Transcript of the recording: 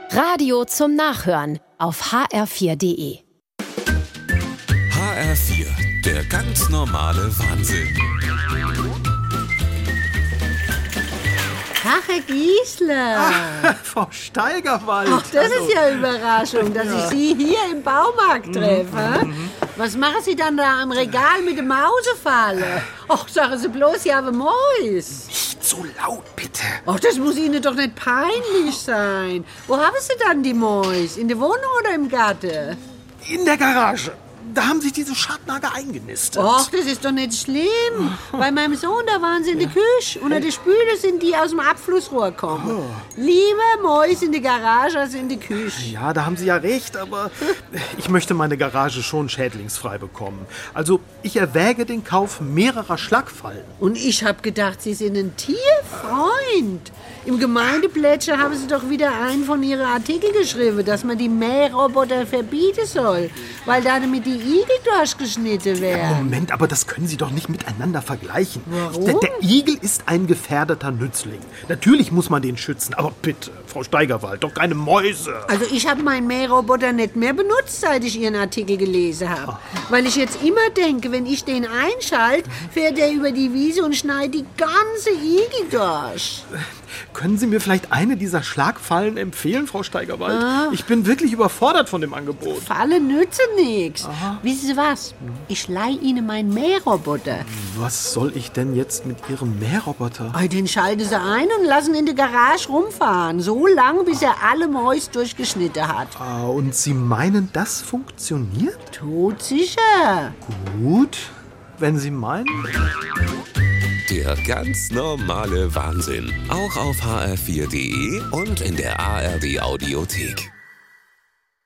Radio zum Nachhören auf hr4.de. HR4, der ganz normale Wahnsinn. Ach, Herr Giesler. Frau Steigerwald. Ach, das ist ja Überraschung, dass ich Sie hier im Baumarkt treffe. Was machen Sie dann da am Regal mit dem Mausefalle? Ach, sagen Sie bloß, Sie haben Mäus. Nicht so laut, bitte. Ach, das muss Ihnen doch nicht peinlich sein. Wo haben Sie dann die Mäus? In der Wohnung oder im Garten? In der Garage. Da haben sich diese Schadnager eingenistet. Ach, das ist doch nicht schlimm. Bei meinem Sohn, da waren sie in der Küche. Unter der Spüle sind die aus dem Abflussrohr gekommen. Lieber Mäus in der Garage als in der Küche. Ja, da haben Sie ja recht, aber ich möchte meine Garage schon schädlingsfrei bekommen. Also, ich erwäge den Kauf mehrerer Schlagfallen. Und ich hab gedacht, Sie sind ein Tierfreund. Im Gemeindeplätscher haben Sie doch wieder einen von Ihren Artikeln geschrieben, dass man die Mähroboter verbieten soll, weil damit die Igel durchgeschnitten werden. Moment, aber das können Sie doch nicht miteinander vergleichen. Warum? Der Igel ist ein gefährdeter Nützling. Natürlich muss man den schützen, aber bitte, Frau Steigerwald, doch keine Mäuse. Also ich habe meinen Mähroboter nicht mehr benutzt, seit ich Ihren Artikel gelesen habe. Weil ich jetzt immer denke, wenn ich den einschalte, fährt er über die Wiese und schneidet die ganze Igel durch. Können Sie mir vielleicht eine dieser Schlagfallen empfehlen, Frau Steigerwald? Ich bin wirklich überfordert von dem Angebot. Falle nütze nichts. Wissen Sie was? Ich leihe Ihnen meinen Mähroboter. Was soll ich denn jetzt mit Ihrem Mähroboter? Den schalten Sie ein und lassen in der Garage rumfahren. So lange, bis er alle Mäuse durchgeschnitten hat. Und Sie meinen, das funktioniert? Todsicher. Gut, wenn Sie meinen. Der ganz normale Wahnsinn. Auch auf hr4.de und in der ARD Audiothek.